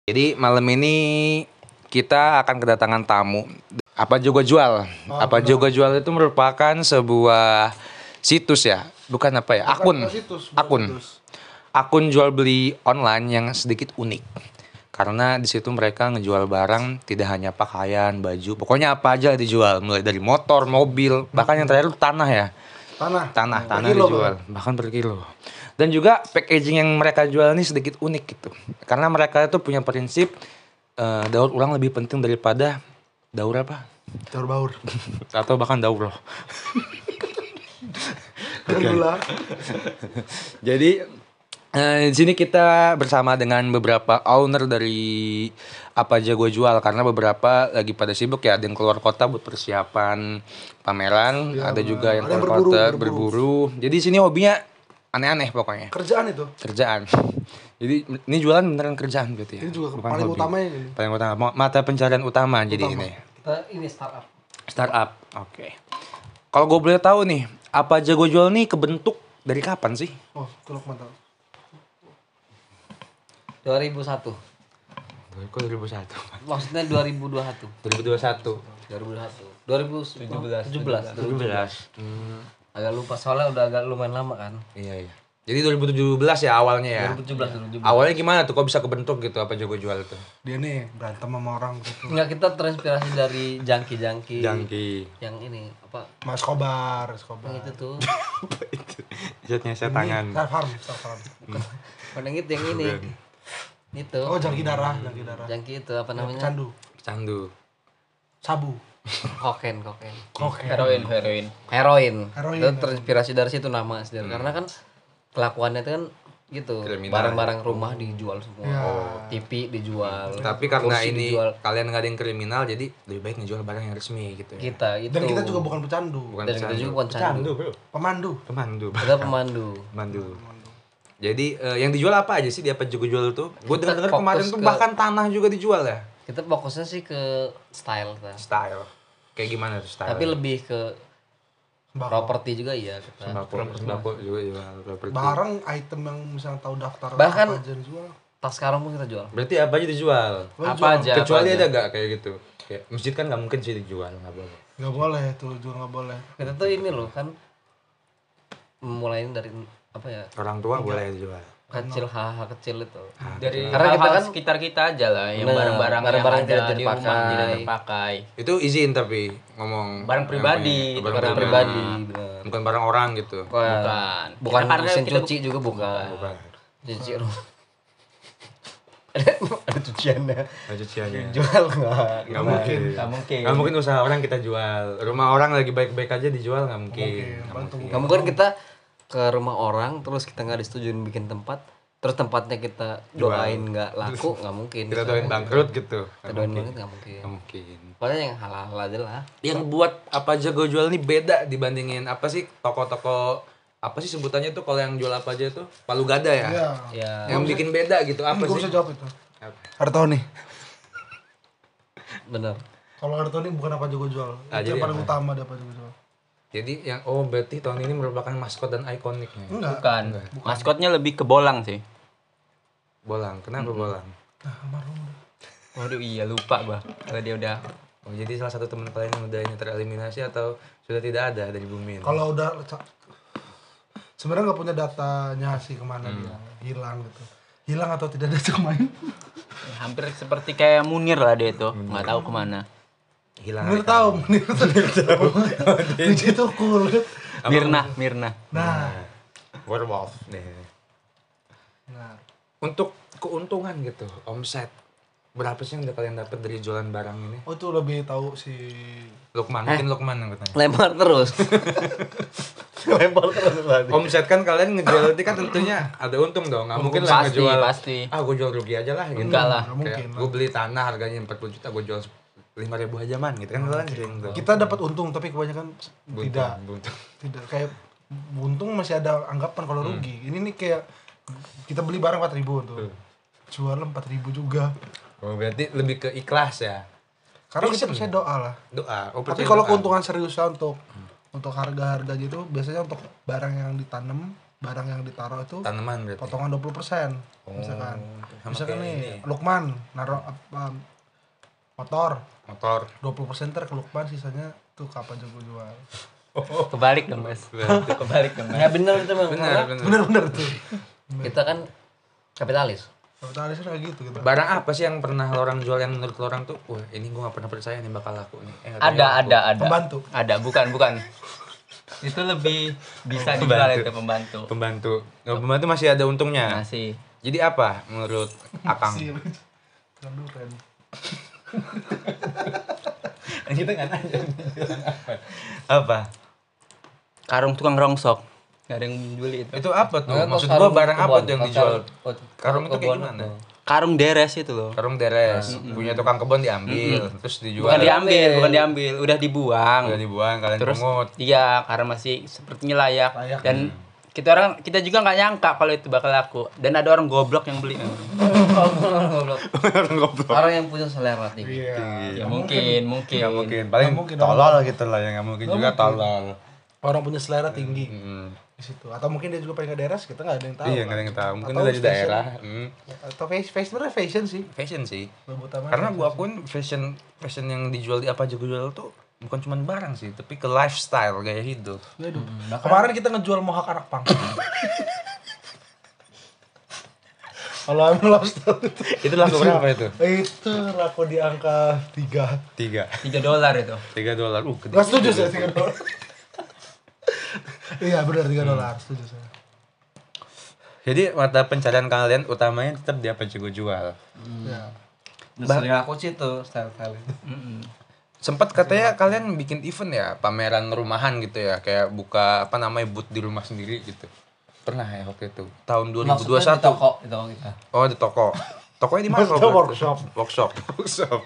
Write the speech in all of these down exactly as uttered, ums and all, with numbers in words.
Jadi malam ini kita akan kedatangan tamu. Apa Juga Jual? Oh, apa benar. Juga Jual itu merupakan sebuah situs ya, bukan apa ya? Akun, bukan situs, bukan akun, situs. Akun jual beli online yang sedikit unik. Karena di situ mereka ngejual barang, tidak hanya pakaian, baju, pokoknya apa aja dijual, mulai dari motor, mobil, bahkan yang terakhir tanah ya. Tanah, tanah, tanah kilo, dijual, bang. Bahkan per kilo. Dan juga packaging yang mereka jual ini sedikit unik gitu. Karena mereka itu punya prinsip uh, daur ulang lebih penting daripada daur apa? Daur baur. Atau bahkan daur loh. Gula. Jadi uh, di sini kita bersama dengan beberapa owner dari Apa Aja Gua Jual, karena beberapa lagi pada sibuk ya, ada yang keluar kota buat persiapan pameran, ya, ada juga yang keluar berburu, kota berburu. berburu. Jadi di sini hobinya aneh-aneh pokoknya. Kerjaan itu. Kerjaan. Jadi ini jualan beneran kerjaan berarti ya. Ini juga bukan paling hobi. Utama ini. Paling utama, mata pencarian utama, utama. Jadi ini. Kita ini startup. Startup. Oke. Okay. Kalau gue boleh tahu nih, Apa Aja Gua Jual nih kebentuk dari kapan sih? Oh, kalau mantap. dua ribu satu. Kok dua ribu satu? Maksudnya dua ribu dua puluh satu. dua ribu dua puluh satu. dua ribu dua puluh satu. dua ribu tujuh belas. tujuh belas. tujuh belas. Hmm. Agak lupa soalnya udah agak lumayan lama kan. Iya, iya. Jadi dua ribu tujuh belas ya awalnya ya. dua ribu tujuh belas, dua ribu tujuh belas. Awalnya gimana tuh kok bisa kebentuk gitu Apa Aja Gua Jual itu? Dia nih berantem sama orang gitu. Enggak, kita terinspirasi dari jangki-jangki. Jangki. Yang ini apa? Mas Kobar, Mas Kobar. Yang itu tuh. Itu. Jatnya saya tangan. Farm, farm. Bukan yang itu, yang ini. Itu. Oh, jangki darah, jangki darah. Jangki itu apa namanya? Candu. Candu. Sabu. Koken, koken. Koken. Heroin, heroin. Heroin. Heroin. Itu terinspirasi dari situ nama asli. Hmm. Karena kan kelakuannya itu kan gitu. Kriminal. Barang-barang rumah dijual semua. Ya. Oh, T V dijual. Tapi karena ini dijual. Kalian nggak ada yang kriminal, jadi lebih baik ngejual barang yang resmi gitu ya. Kita itu. Dan kita juga bukan pecandu. Bukan Dan pecandu. kita juga bukan candu. Bro. Pemandu. Pemandu. Kita pemandu. Pemandu. Jadi uh, yang dijual apa aja sih di Apa Aja Gua Jual tuh? Gue dengar kemarin tuh ke... bahkan tanah juga dijual ya. Kita fokusnya sih ke style kan. Style. Kayak gimana tuh style? Tapi lebih ke properti juga ya kita. Sembako, sembako juga jual properti. Barang item yang misalnya tahu daftar bahkan apa aja dijual. Tas sekarang pun kita jual. Berarti apa aja dijual? Lo apa jual. aja? Kecuali apa ada aja. gak kayak gitu? Kayak masjid kan nggak mungkin sih dijual, nggak boleh. Nggak boleh tuh, jual nggak boleh. Kita tuh ini loh kan mulai dari apa ya? Orang tua boleh dijual. Kecil, hal-hal kecil itu. Dari karena kita kan sekitar kita aja lah, yang nah, barang-barang barang-barang yang tidak ada di rumah terpakai. tidak terpakai. Itu izin tapi ngomong Barang pribadi, yang punya- Barang barang pribadi, pribadi. benar. Bukan barang orang gitu. Bukan. Bukan. Bukan Kita karena mesin kita- cuci juga bukan. Bukan. Cuci rumah. ada ada cuciannya. Nah, cuciannya. Jual enggak? Nggak mungkin. Nggak mungkin. Nggak mungkin usaha orang kita jual. Rumah orang lagi baik-baik aja dijual nggak mungkin. Nggak mungkin. Nggak mungkin kita ke rumah orang terus kita nggak disetujuin bikin tempat, terus tempatnya kita doain nggak laku, nggak mungkin. Kita doain bangkrut gitu. Kita doain banget nggak mungkin. Nggak mungkin. Pokoknya yang halal aja lah. Yang buat Apa Aja Gua Jual ini beda dibandingin apa sih toko-toko apa sih sebutannya tuh kalau yang jual apa aja tuh Palu Gada ya? Iya. Ya. Yang bikin beda gitu apa Gue sih? bisa jawab itu. Apa? Hartoni. Bener. Kalau Hartoni bukan Apa Aja Gua Jual. Ah, Itu jadi yang paling apa? utama di Apa Aja Gua Jual. Jadi yang oh berarti tahun ini merupakan maskot dan ikoniknya. Enggak. Bukan. Maskotnya lebih ke bolang sih. Bolang. Kenapa Mm-hmm. bolang? Nah, almarhum udah. Waduh iya lupa bah. Kalau dia udah Oh, jadi salah satu teman kalian yang udah ini tereliminasi atau sudah tidak ada dari bumi ini? Kalau udah sebenarnya nggak punya datanya sih kemana Hmm. dia hilang gitu. Hilang atau tidak ada main. ya, hampir seperti kayak Munir lah dia itu. Nggak tahu kemana. Hilang. Munir tahu, Munir tahu. Lucu itu cool. Mirna, Mirna. Nah, Werewolf nih. nah. Untuk keuntungan gitu, omset berapa sih yang udah kalian dapat dari jualan barang ini? Oh itu lebih tahu si Lukman, mungkin Lukman yang bertanya. Lempar terus. Lempar terus tadi. Omset kan kalian ngejual itu kan tentunya ada untung dong, nggak mungkin lah Pasti, ngejual. pasti. Ah, gue jual rugi aja lah gitu. Enggak lah. Nggak mungkin. Gue beli tanah harganya empat puluh juta, gue jual lima ribu aja man gitu kan kalian sering tuh. kita dapat untung tapi kebanyakan Buntung, tidak buntung. tidak kayak untung masih ada anggapan kalau rugi. Ini nih kayak kita beli barang empat ribu tuh. Jual empat ribu juga. Oh, berarti lebih ke ikhlas ya. Karena kita percaya doa lah. Doa. Oh, Tapi percaya kalau doa. keuntungan seriusnya untuk untuk harga-harga gitu biasanya untuk barang yang ditanam barang yang ditaruh itu tanaman berarti. potongan dua puluh persen. Oh, Misalkan. sama Misalkan kayak nih ini. Lukman naruh apa motor Motor. dua puluh persen ter ke Lukman, sisanya tuh kapan jago jual. Kebalik dong, Mas. Kebalik dong, Mas. Ya bener itu Bang. Benar, Karena benar. Bener-bener tuh. kita kan kapitalis. Kapitalis kayak gitu gitu. Barang apa sih yang pernah lo orang jual yang menurut lo orang tuh, wah ini gue gak pernah percaya nih bakal laku nih. Eh, nggak tahu Ada, laku. ada, ada. Pembantu. Ada, bukan, bukan. Itu lebih bisa dijual Pembantu. itu pembantu. Pembantu. Oh, pembantu masih ada untungnya. Masih. Jadi apa menurut Akang? Sih, kan duren. Kita nggak nanya apa. Apa? Karung tukang rongsok. Gak ada yang beli itu. Itu apa tuh? Nggak, Maksud kalau gua karung barang apa kebon, tuh yang kalau dijual? karung- Karung itu kayak kebon gimana? tuh. Karung deres itu loh. Karung deres, punya tukang kebun diambil, terus dijual. Bukan diambil, bukan diambil, udah dibuang. Udah dibuang, kalian Terus pungut. iya, karena masih sepertinya layak. Layak. Dan kita orang kita juga nggak nyangka kalau itu bakal laku. Dan ada orang goblok yang beli. Goblok. Orang goblok. Orang yang punya selera tinggi. Iya. Ya mungkin, mungkin. Nggak mungkin, paling mungkin, tolol gitu lah ya, nggak mungkin Nggak juga mungkin. tolol. Orang punya selera tinggi Hmm. di situ. Atau mungkin dia juga pengen ke daerah, kita nggak ada yang tahu. Iya, kan. nggak ada yang tahu. Mungkin Atau dari fashion. daerah. Hmm. Atau fashion, fashion sebenarnya fashion sih. Fashion sih. Lebih utama Karena fashion gua sih. pun fashion fashion yang dijual di apa aja gua jual tuh bukan cuma barang sih, tapi ke lifestyle, gaya hidup. Waduh. Kemarin kita ngejual mohak anak pang. Kalau ambil lobster itu, Itu laku berapa itu? itu laku di angka tiga. Tiga. tiga dolar itu. Tiga dolar. Uh, gede. Gak setuju saya tiga dolar. Iya benar tiga dolar, setuju saya. Jadi mata pencarian kalian utamanya tetap di apa juga jual. Ya. Sering aku sih tuh style-style itu. Sempat katanya kalian bikin event ya, pameran rumahan gitu ya, kayak buka apa namanya booth di rumah sendiri gitu. Pernah ya waktu itu, tahun dua ribu dua puluh satu. Maksudnya di toko, di toko kita. Oh, di toko. Tokonya di mana? Maksudnya kalau buat- workshop. Workshop. Workshop.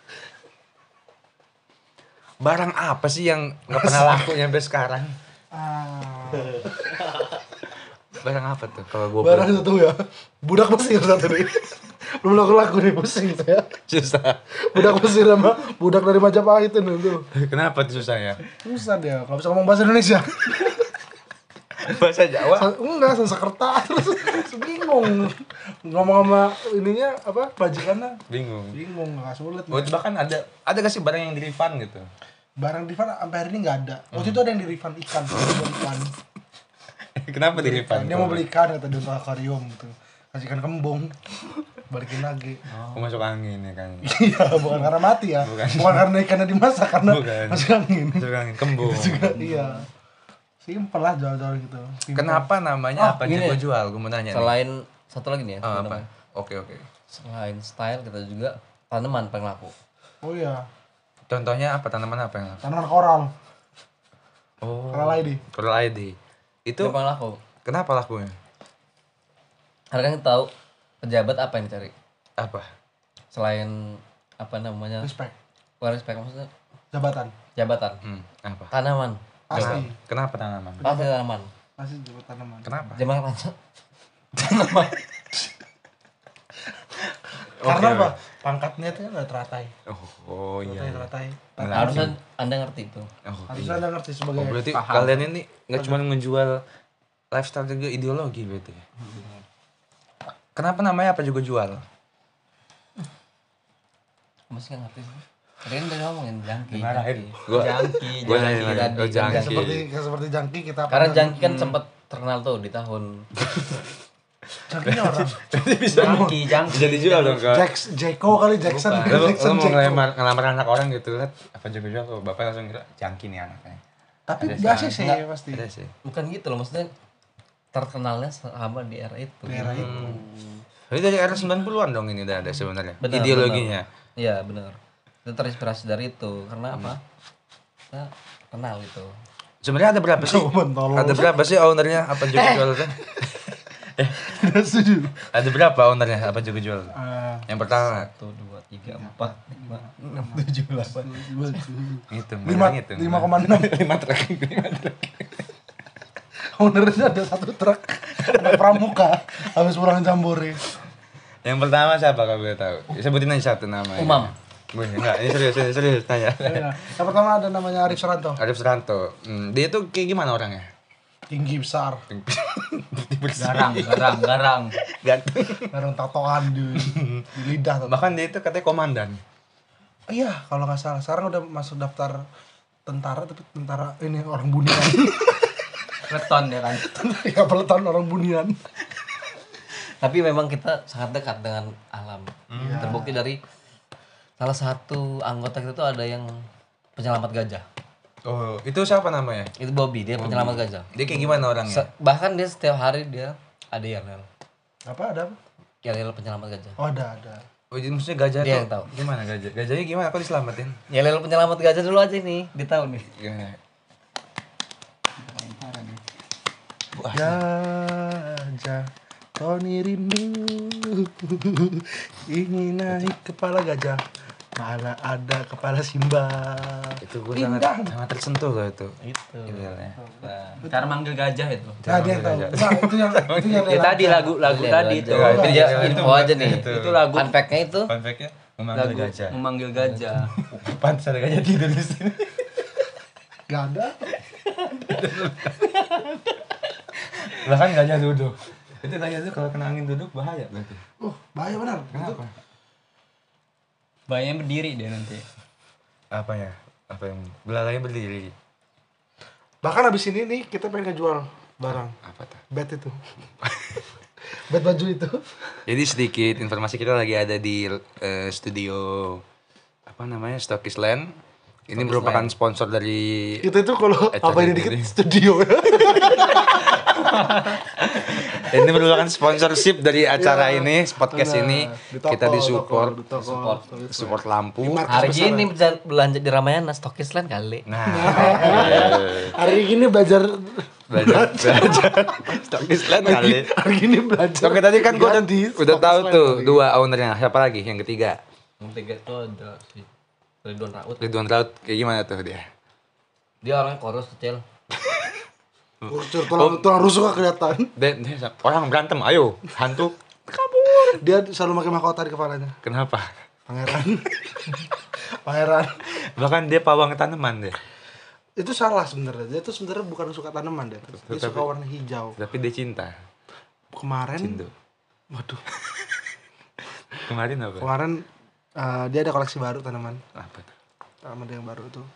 Barang apa sih yang nggak pernah laku sampai sekarang? Ah. Barang apa tuh kalau gue Barang satu ya. Budak Mesir satu nih. Belum laku-laku nih, pusing saya. susah. Budak Mesir sama budak dari Majapahit itu tuh. Kenapa tuh susah ya? Susah dia, kalau bisa ngomong bahasa Indonesia. Bahasa Jawa. Sa- enggak, Sanskerta terus bingung. Ngomong sama ininya apa? Majikannya Bingung. bingung, enggak sulit. Oh, bahkan ada ada gak sih barang yang di refund gitu? Barang refund sampai hari ini enggak ada. Waktu itu ada yang di refund ikan, buat ikan. Kenapa di refund? Dia mau beli ikan kata dia untuk akuarium gitu. Kasih ikan kembung. Balikin lagi. Oh, masuk angin ya kan. Iya, bukan karena mati ya. Bukan. Bukan, karena ikannya dimasak, karena Bukan. masuk angin. Masuk angin kembung. Juga iya. Simpel lah jual-jual gitu. Simpel. Kenapa namanya Oh, apa gini. gue jual? Gue mau nanya. nih. Selain satu lagi nih ya. Oh, namanya. apa? Oke, oke. Selain style kita juga tanaman paling laku. Oh iya, Contohnya apa, tanaman apa yang laku? tanaman koral. Oh. Koral I D. Coral I D. Itu Itu paling laku. kenapa lakunya? Karena kan kita tahu pejabat apa yang dicari. Apa? Selain apa namanya? Respect. Bukan respect maksudnya Jabatan. jabatan. Hmm, apa? Tanaman. Pasti. Kenapa tanaman? Pasti tanaman. Pasti jabatan tanaman. Kenapa? Zaman raja. Karena Oke, apa? Pangkatnya tuh nggak teratai. Oh, oh iya. Teratai, iya. teratai. Harusnya Anda ngerti itu. Oh, Harusnya iya. Anda ngerti sebagai Oh, berarti paham. kalian ini nggak cuma ngejual lifestyle juga ideologi berarti. ya? Kenapa namanya apa juga jual? Masih nggak ngerti sih. Tadi kan udah ngomongin jangki. Dimarahin. jangki. Gua Jangki, gua jangki nanya lagi. tadi, Oh, kan jangki. Kayak seperti kayak seperti jangki kita. Karena pernah- jangki kan sempat terkenal tuh di tahun Jangkinya orang. Jangki, jangki. Bisa dijual dong, Kak. Jax, Jeko kali Jackson. Lu, lu Jackson mau Jeko. ngelamar, ngelamar anak orang gitu lihat apa juga jual tuh bapak langsung kira jangki nih anaknya. Tapi Ada enggak sih. sih sih Nggak. pasti. Ada sih. bukan gitu loh maksudnya terkenalnya sama di era itu. Di era itu. Jadi dari era sembilan puluhan dong ini udah ada sebenarnya. Benar, Ideologinya. benar. Iya benar. Itu terinspirasi dari itu karena apa? Kita kenal itu. Sebenarnya ada berapa sih? Jawaban tolol. Ada berapa sih ownernya apa juga jual kan? Tidak setuju. Ada berapa ownernya apa juga jual? Ah, Yang pertama Satu, dua, tiga, empat, lima, enam, tujuh, delapan. ngitung, lima ngitung. lima koma enam. lima truk. lima truk. Ownernya ada satu truk ada pramuka habis pulang jambore. Yang pertama siapa kalau boleh tahu? Sebutin aja satu nama. Umam. Wih, enggak, ini serius, ini serius tanya. Ya. Yang pertama ada namanya Arif Suranto. Arif Suranto. Hmm, dia tuh kayak gimana orangnya? Tinggi besar. Garang, garang, garang. Ganteng. Garang tatoan di, di lidah. Tato. Bahkan dia itu katanya komandan. Iya, kalau nggak salah. Sekarang udah masuk daftar tentara, tapi tentara ini orang bunian. Peleton ya kan. Ya peleton orang bunian. Tapi memang kita sangat dekat dengan alam. Terbukti dari salah satu anggota kita tuh ada yang penyelamat gajah. Oh, itu siapa namanya? Itu Bobby, dia penyelamat gajah. Dia kayak gimana orangnya? Se- bahkan dia setiap hari dia ada yel-yel. Apa ada apa? Yel-yel penyelamat gajah. Oh, ada ada. Oh, jadi maksudnya gajah Dia tuh yang tahu. gimana gajah? Gajahnya gimana? Kok diselamatin? Yel-yel penyelamat gajah dulu aja nih, dia tahu nih. Gimana? Gajah, Tony rindu ingin naik kepala gajah. Mana ada kepala Simba. Itu gue sangat sangat tersentuh loh itu. Itu. Idealnya. Cara manggil gajah itu. Nah, dia tahu. Nah, itu yang itu yang Ya tadi lagu lagu tadi itu. Jadi ya, info aja nih. Itu lagu Fun fact-nya itu Fun fact-nya memanggil lagu gajah. memanggil gajah. Pantes ada gajah tidur di sini. Gak ada. Bahkan gajah duduk. Itu gajah tuh kalau kena angin duduk bahaya berarti. Oh, bahaya benar. Kenapa? Bayangnya berdiri dia nanti. Apa ya? Apa yang belalainya berdiri? Bahkan abis ini nih kita pengen ngejual barang. Apa tuh? Bed itu. Bed baju itu. Jadi sedikit informasi, kita lagi ada di eh, studio apa namanya? Stokis Land. Ini merupakan sponsor dari Kita itu kalau Eh, apa ini tadi dikit ini. studio ya. ini merupakan sponsorship dari acara Ya, ini, podcast benar. ini. Di toko, Kita disupport, toko, di toko, support. toko. support lampu. hari ini bisa belanja di Ramayana Stokis Land kali. Nah, Hari ini belajar belajar belajar Stokis Land kali. hari ini belajar. Oke, tadi kan gue udah, Ganti udah Stokis tahu Land tuh kali. dua ownernya. Siapa lagi? Yang ketiga, Yang ketiga itu ada si Ridwan Raut. Ridwan Raut. Kayak gimana tuh dia? Dia orangnya kurus kecil. Kurcur tulang tulang rusuk gak kelihatan. Dia, dia orang berantem, ayo hantu. Dia selalu pakai mahkota di kepalanya. Kenapa? Pangeran. Pangeran. Bahkan dia pawang tanaman deh. Itu salah sebenarnya. Dia tuh sebenarnya bukan suka tanaman deh. Dia suka warna hijau. Tapi dia cinta. Kemarin Cinta. waduh. Kemarin apa? Kemarin eh, dia ada koleksi baru tanaman. Apa tuh? Tanaman yang baru tuh.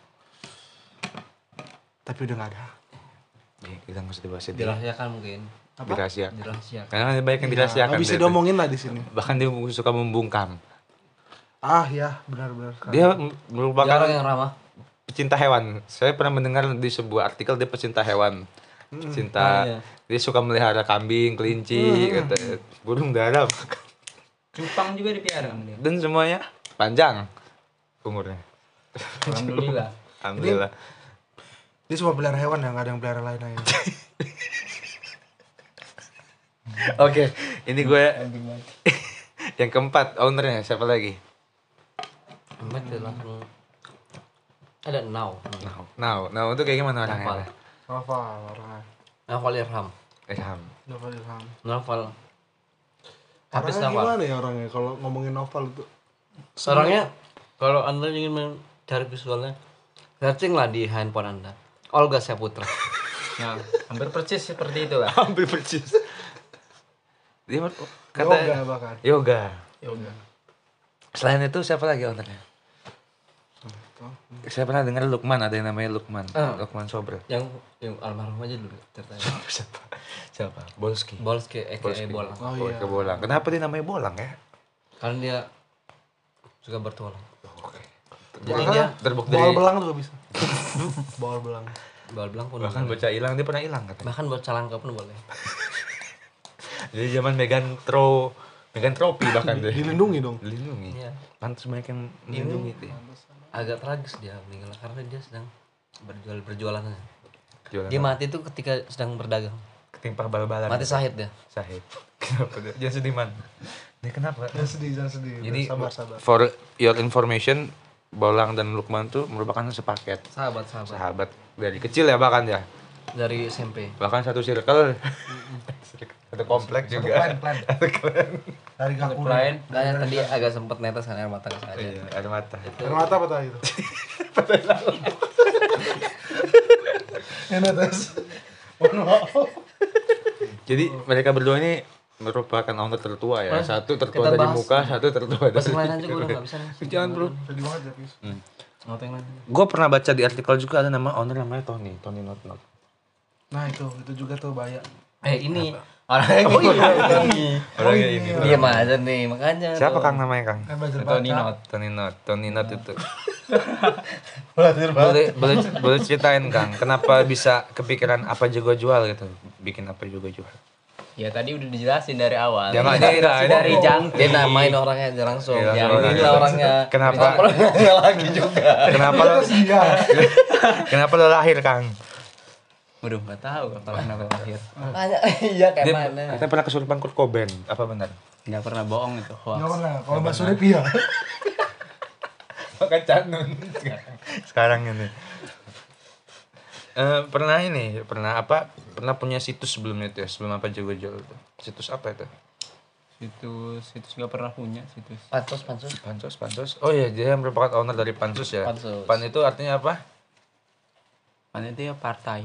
Tapi udah gak ada. Ya, kita nggak usah dibahas itu. Dirahasiakan mungkin. Dirahasiakan. Dirahasiakan. Karena ada banyak yang Ya, dirahasiakan. gak bisa dia tuh. diomongin lah di sini. Bahkan dia suka membungkam. Ah ya, benar-benar. Dia Dia merupakan orang yang ramah. pecinta hewan. Saya pernah mendengar di sebuah artikel dia pecinta hewan. Pecinta. Oh, iya. Dia suka melihara kambing, kelinci, gitu. Burung dara. Cupang juga dipiara sama dia. Dan semuanya panjang umurnya. Alhamdulillah. Alhamdulillah. Dia cuma pelihara hewan ya, gak ada yang pelihara lain aja. Oke, ini gue yang keempat ownernya siapa lagi? Ahmed dia langsung ada Now. Now, now, now itu kayak gimana Naval. orangnya? Novel orangnya. Naval Irham. Ilham. Novel Ilham. Naval. Habis Orangnya Naval. gimana ya orangnya kalau ngomongin novel itu? Orangnya kalau Anda ingin mencari visualnya, searching lah di handphone Anda. Olga Saputra. Nah, hampir persis seperti itu lah. Hampir persis. Dia kata Yoga bahkan. yoga. Yoga. Selain itu siapa lagi ownernya? Saya pernah dengar Lukman, ada yang namanya Lukman. Ah. Lukman Sobro. yang yang almarhum aja dulu ceritanya. Siapa? Siapa? Bolski. Bolski aka Bolski. Bolang. Oh Oh, iya. ke Bolang. Kenapa dia namanya Bolang ya? Karena dia suka bertualang. Oke. Jadi Bahkan dia Terbukti Bawal dari belang juga bisa. Bawal belang. bawal belang pun bahkan boleh. bocah hilang dia pernah hilang katanya. Bahkan buat calangka pun boleh. Jadi zaman Megan Tro Megan Tropi bahkan deh. Dilindungi dong. Dilindungi. Iya. Pantas banyak yang melindungi dia. Agak tragis dia meninggal karena dia sedang berjual berjualannya. Jualan Dia mati itu ketika sedang berdagang. ketimpa bal-balan. Mati syahid dia. Sahid. Kenapa dia? Jangan sedih man. Dia kenapa? Jangan sedih, jangan sedih. Jadi sabar, sabar. for your information, Bolang dan Lukman tuh merupakan sepaket Sahabat sahabat. sahabat dari kecil ya bahkan ya. Dari S M P. Bahkan satu circle. Satu komplek juga. Plan, plan. Dari kaku. Lain. Kayaknya tadi agak sempet netes kan air mata ke saya. Iya, ada mata. Air mata apa tadi itu? Yang netes. Jadi mereka berdua ini merupakan owner tertua ya. Mas, Satu kita tertua dari bahas. muka, satu tertua Pas dari. yang lain aja gue udah gak bisa nih. Jangan bro. Sedih banget ya, Fis. Nggak yang lain. Gue pernah baca di artikel juga ada nama owner namanya Tony, Tony Not Not. Nah itu, itu juga tuh bahaya. Eh ini orangnya Oh iya, ini. Orangnya ini. Diam aja nih makanya. Siapa tuh. Kang namanya Kang? Kan belajar Tony baca. Not. Tony Not, Tony Not itu. Belajar baca. Boleh boleh boleh ceritain Kang, kenapa bisa kepikiran apa juga jual gitu? Bikin apa juga jual? Ya tadi udah dijelasin dari awal. Ya, nggak, ini- Inspirasi ini- dari jangkrik. Dia namain orangnya aja langsung. Iya, Yang langsung inilah orangnya. Kenapa? Orangnya lagi juga. Kenapa lo Iya. kenapa lo lahir Kang? Waduh, nggak tahu kalau kenapa lahir. Makanya iya kayak Dia mana. katanya pernah kesurupan Kurt Cobain, apa benar? Nggak pernah bohong itu hoax. Nggak pernah. Kalau Mbak Surip iya. Makan canun sekarang ini. Eh, pernah ini, pernah apa? Pernah punya situs sebelumnya itu ya, sebelum apa juga jual itu. Situs apa itu? Situs situs nggak pernah punya situs. Pansos, pansos. Pansos, pansos. Oh iya, dia merupakan owner dari Pansos ya. Pansos. Pan itu artinya apa? Panitia partai.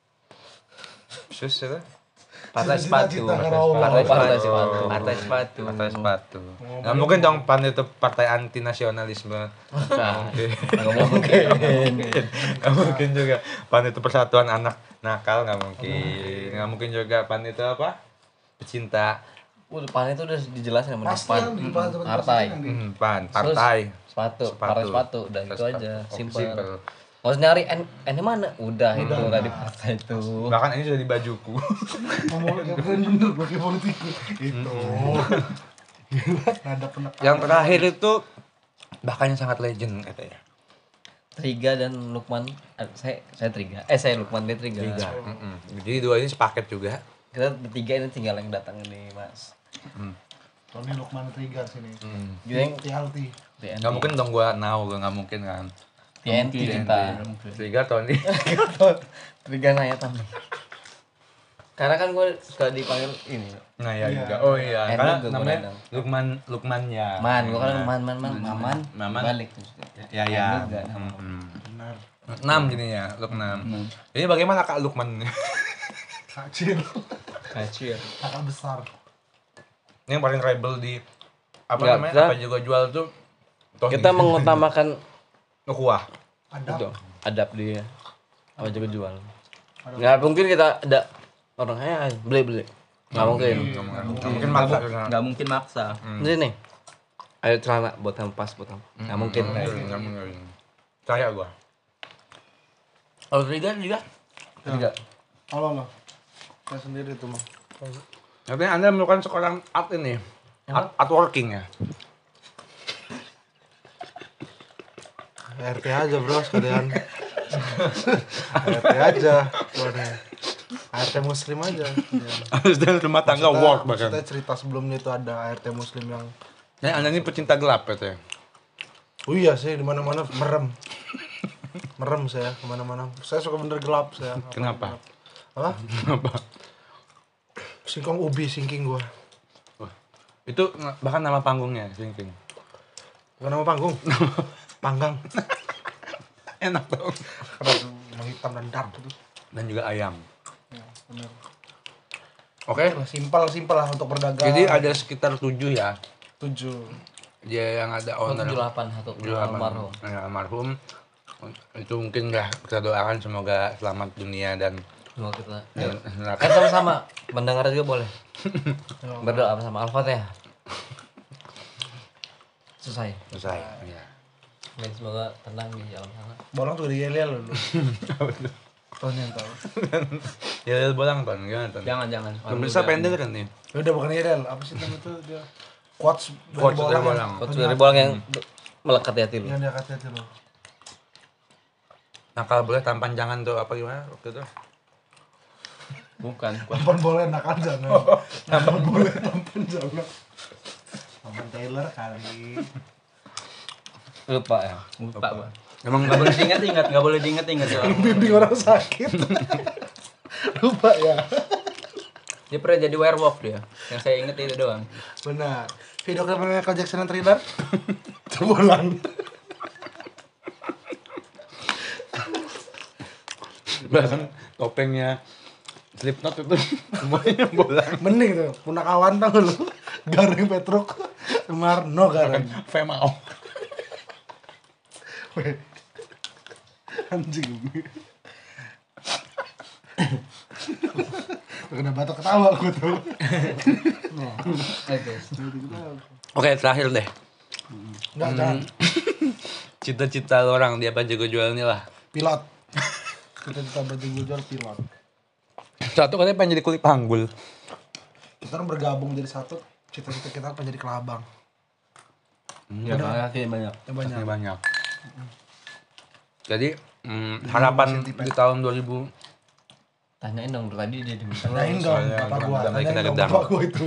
Sus itu? Partai sepatu. Cita-cita Partai karaoke. sepatu. Partai sepatu. Partai sepatu. Partai sepatu. Nggak mungkin dong Pan itu partai anti nasionalisme. Bukan. Nggak mungkin. Nggak mungkin juga. Pan itu persatuan anak nakal, nggak mungkin. Nggak mungkin juga Pan itu apa? Pecinta. Udah pan itu udah dijelasin sama Pasti depan. yang di depan tempat Partai. pasti nanti. Hmm, Pan, partai. Sepatu, partai sepatu dan itu Sepatu. aja, Oh, simpel. simple. Kalau nyari N, N mana? Udah itu udah di partai itu. Bahkan ini sudah di bajuku. Ngomong kayak keren bener bagi politikus. Itu. Gila, ada penekanan. Yang terakhir itu bahkan yang sangat legend katanya. Triga dan Lukman, eh, saya saya Triga, eh saya Lukman dia Triga. Tiga. Mm-mm. Jadi dua ini sepaket juga. Kita bertiga ini tinggal yang datang ini mas. Tony Lukman Trigger sini. Jadi yang T L T. T N T, Nggak mungkin dong gua now, gua nggak mungkin kan. T N T kita. Tiga Tony. Triga nanya tadi. Karena kan gue suka dipanggil ini. Nah ya Iya. juga. Oh iya, Eh, karena juga namanya gua Lukman Lukman ya. Man, gue kan man man man maman, Maman. balik tuh. Ya En ya. juga. Mm-mm. Benar. Enam jadinya, Luk enam. Ini bagaimana Kak Lukman? Kacil. Kacir. Kakak besar. Ini yang paling rebel di apa Nggak, namanya? kita- Apa juga jual tuh. Tony. Kita mengutamakan kuah. Ada. itu adab dia. Apa juga jual. Nggak mungkin kita ada orang kaya beli beli. Nggak mungkin. Nggak mungkin maksa. Nggak mungkin maksa. Ini nih. Ayo celana buat kamu pas buat kamu. Nggak mungkin. Nggak mungkin. Percaya gua. Kalau Triga juga Tidak. Halo lo. Saya sendiri tuh mah. Artinya Anda melakukan seorang art ini. Art, art working ya. R T aja bro sekalian. R T aja. Keluarnya. R T Muslim aja. Harus dari rumah tangga Maksudnya- work bahkan. maksudnya cerita sebelumnya itu ada R T Muslim yang Ya, Anda ini pecinta gelap ya. oh iya sih di mana-mana merem. Merem saya kemana-mana. Saya suka bener gelap saya. Kenapa? Apa? Kenapa? Singkong ubi singking gua. Wah, itu bahkan nama panggungnya, Singking. Bukan nama panggung. Panggang. Enak dong. Karena menghitam dan dark itu. Dan juga ayam. Ya, benar. Oke. Simpel simpel lah untuk berdagang. Jadi ada sekitar tujuh ya. tujuh. Dia yang ada Oh, owner. tujuh delapan satu tujuh delapan. almarhum. Ya, almarhum. Itu mungkin lah kita doakan semoga selamat dunia dan Semua kita. dan Eh neraka. sama-sama mendengar juga boleh. Berdoa bersama Al-Fatihah. Selesai. Selesai. Iya. Dan semoga tenang di alam sana. Bolang juga di yel-yel dulu. Tahun yang tahu. Ya ya, bolang ton, gimana ton? jangan jangan. Pemirsa pendek kan nih. Ya udah bukan yel, apa sih namanya itu dia? Quotes dari Quotes dari bolang. bolang. Coach dari bolang yang melekat di hati lu. Yang dia kata itu loh. Nakal boleh tampan jangan tuh apa gimana waktu itu? Bukan. Tampan boleh nakal jangan. Tampan boleh tampan jangan. Tampan Taylor kali. Lupa ya. Lupa gua. Emang Nggak boleh diingat-ingat, nggak boleh diingat-ingat soalnya. Bimbing orang sakit. Lupa ya. Dia pernah jadi werewolf dia. Yang saya inget itu doang. Benar. Video klipnya Michael Jackson dan Thriller. Terbolang. bahkan topengnya Slipknot itu semuanya bolang. Mending tuh, punak awan tau lu. Garing Petruk, Marno garing. Femau. Weh. Anjing. Kena batok ketawa gue tuh. Oke, terakhir deh. Enggak, jangan. Cita-cita lo orang dia apa jago jual ini lah. Pilot. Kita kita berarti gue jual pilot. Satu katanya pengen jadi kulit panggul. Kita kan bergabung jadi satu. Cita-cita kita pengen jadi kelabang. Ya kaki banyak. Ya banyak. Banyak. banyak. Jadi hmm, harapan di tahun dua ribu. Tanyain dong tadi dia diminta. Tanyain dong, Soalnya bapak gua. gedang, Tanyain kita dong, gedang. bapak gua itu.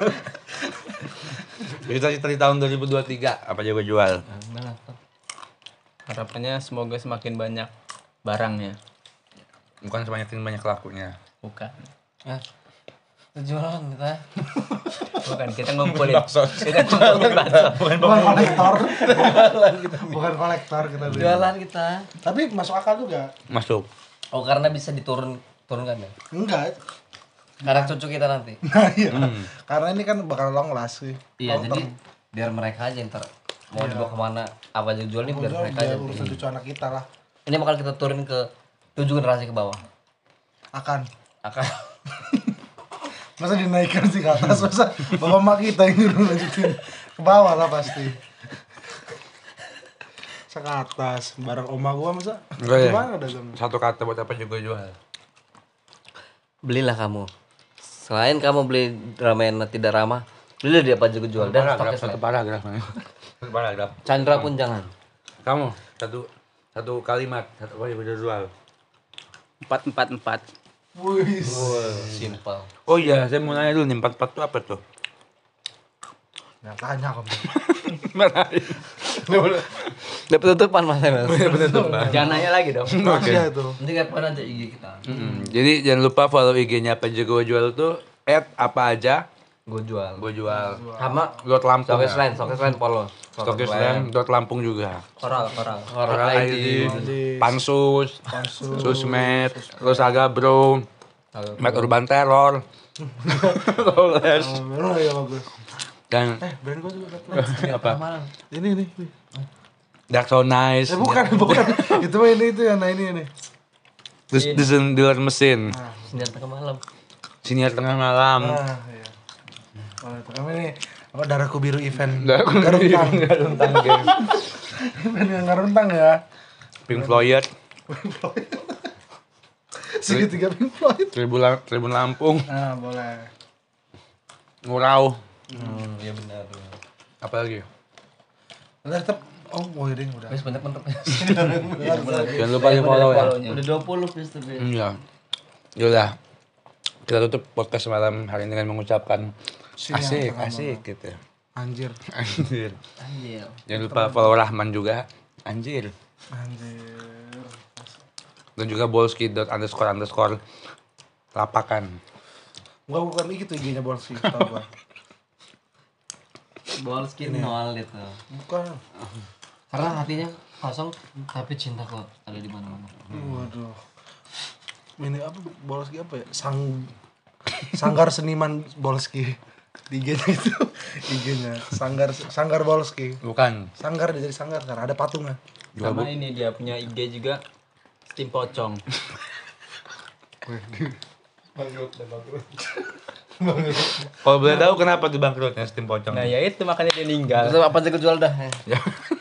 Cita-cita di tahun dua ribu dua puluh tiga apa jago jual? Gimana? Harapannya semoga semakin banyak barangnya. Bukan semakin banyak lakunya. Bukan. Ah. Jualan kita. Bukan, kita ngumpulin. Kita ngumpulin bakso. Bukan kolektor. Bukan kolektor kita beli. Jualan kita. Tapi masuk akal juga. Masuk. Oh, karena bisa diturun turunkan ya. Enggak. Karena cucu kita nanti. Nah, iya. Karena ini kan bakal long last sih. Iya, Long jadi term. biar mereka aja ntar mau dibawa kemana apa aja jual ini biar Udah, mereka aja. biar urusan cucu anak kita lah. Ini bakal kita turunin ke tujuh generasi ke bawah. Akan. Akan. Masa dinaikkan sih ke atas, masa bapak mak kita yang dulu lanjutin ke bawah lah pasti. Masa ke atas, barang oma gua masa Enggak ya? gimana dagangnya? Satu kata buat apa juga jual. Belilah kamu. Selain kamu beli ramen tidak ramah, belilah dia apa juga jual dan Paragraf, stoknya satu selain. paragraf. Satu paragraf. Chandra pun jangan. Kamu satu satu kalimat satu apa jago jual. Empat empat empat. Wih. Simpel. Oh iya, saya mau nanya dulu nih empat empat itu apa tuh? Nggak tanya kamu. Udah penutupan mas Emel. Jangan nanya lagi dong. Rahasia itu. Nanti kapan aja I G kita. Mm, jadi jangan lupa follow I G-nya apa jago jual tuh at apa aja Gue jual. gue jual. Sama Dot Lampung. Stokes ya. lain, stokes lain follow. Stokes lain dot Lampung juga. Koral, koral. Orang Orang I I D. D, Pansus, Susmed, Rosaga Bro, Met Urban Terror, Lawless, Oh iya bagus. dan Eh, brand gua juga dapat. apa? Ini nih. nih. Dark So Nice. Eh bukan, bukan. Itu mah ini itu yang nah ini ini. Terus desain dealer mesin, Senjata ke malam. siniar tengah malam. Nah, iya. Oh, itu kami nih apa darahku biru event. Darahku biru Garuntang. event Garuntang, geng. Event yang garuntang ya. Pink Floyd, Segitiga Pink Floyd. Tribun, La- Tribun Lampung, Nah, boleh. Ngurau, Hmm, iya benar. apa lagi? Udah tetap oh, oh ini udah. Wes banyak mantep. Jangan lupa di follow ya. Udah dua puluh please tuh. Iya. Yaudah. Kita tutup podcast malam hari ini dengan mengucapkan Sinyal asik, tengah asik gitu. Anjir. Anjir. Anjir. Jangan lupa follow Rahman juga. Anjir. Anjir. Dan juga bolski dot underscore underscore lapakan. Enggak bukan gitu I G-nya Bolski, tahu gua. Ball skin nol itu. Bukan. Karena hatinya kosong tapi cinta kok ada di mana-mana. Waduh. Ini apa Bolski apa ya? Sang Sanggar Seniman Bolski. I G-nya itu I G-nya Sanggar Sanggar Bolski. Bukan. Sanggar dia jadi sanggar karena ada patungnya. Sama ini dia punya I G juga Steam Pocong. Bangkrut dan bangkrut. Kalau boleh tahu kenapa tuh bangkrutnya Steam Pocong? Nah ya itu makanya dia meninggal. Terus apa aja kejual dah. Ya.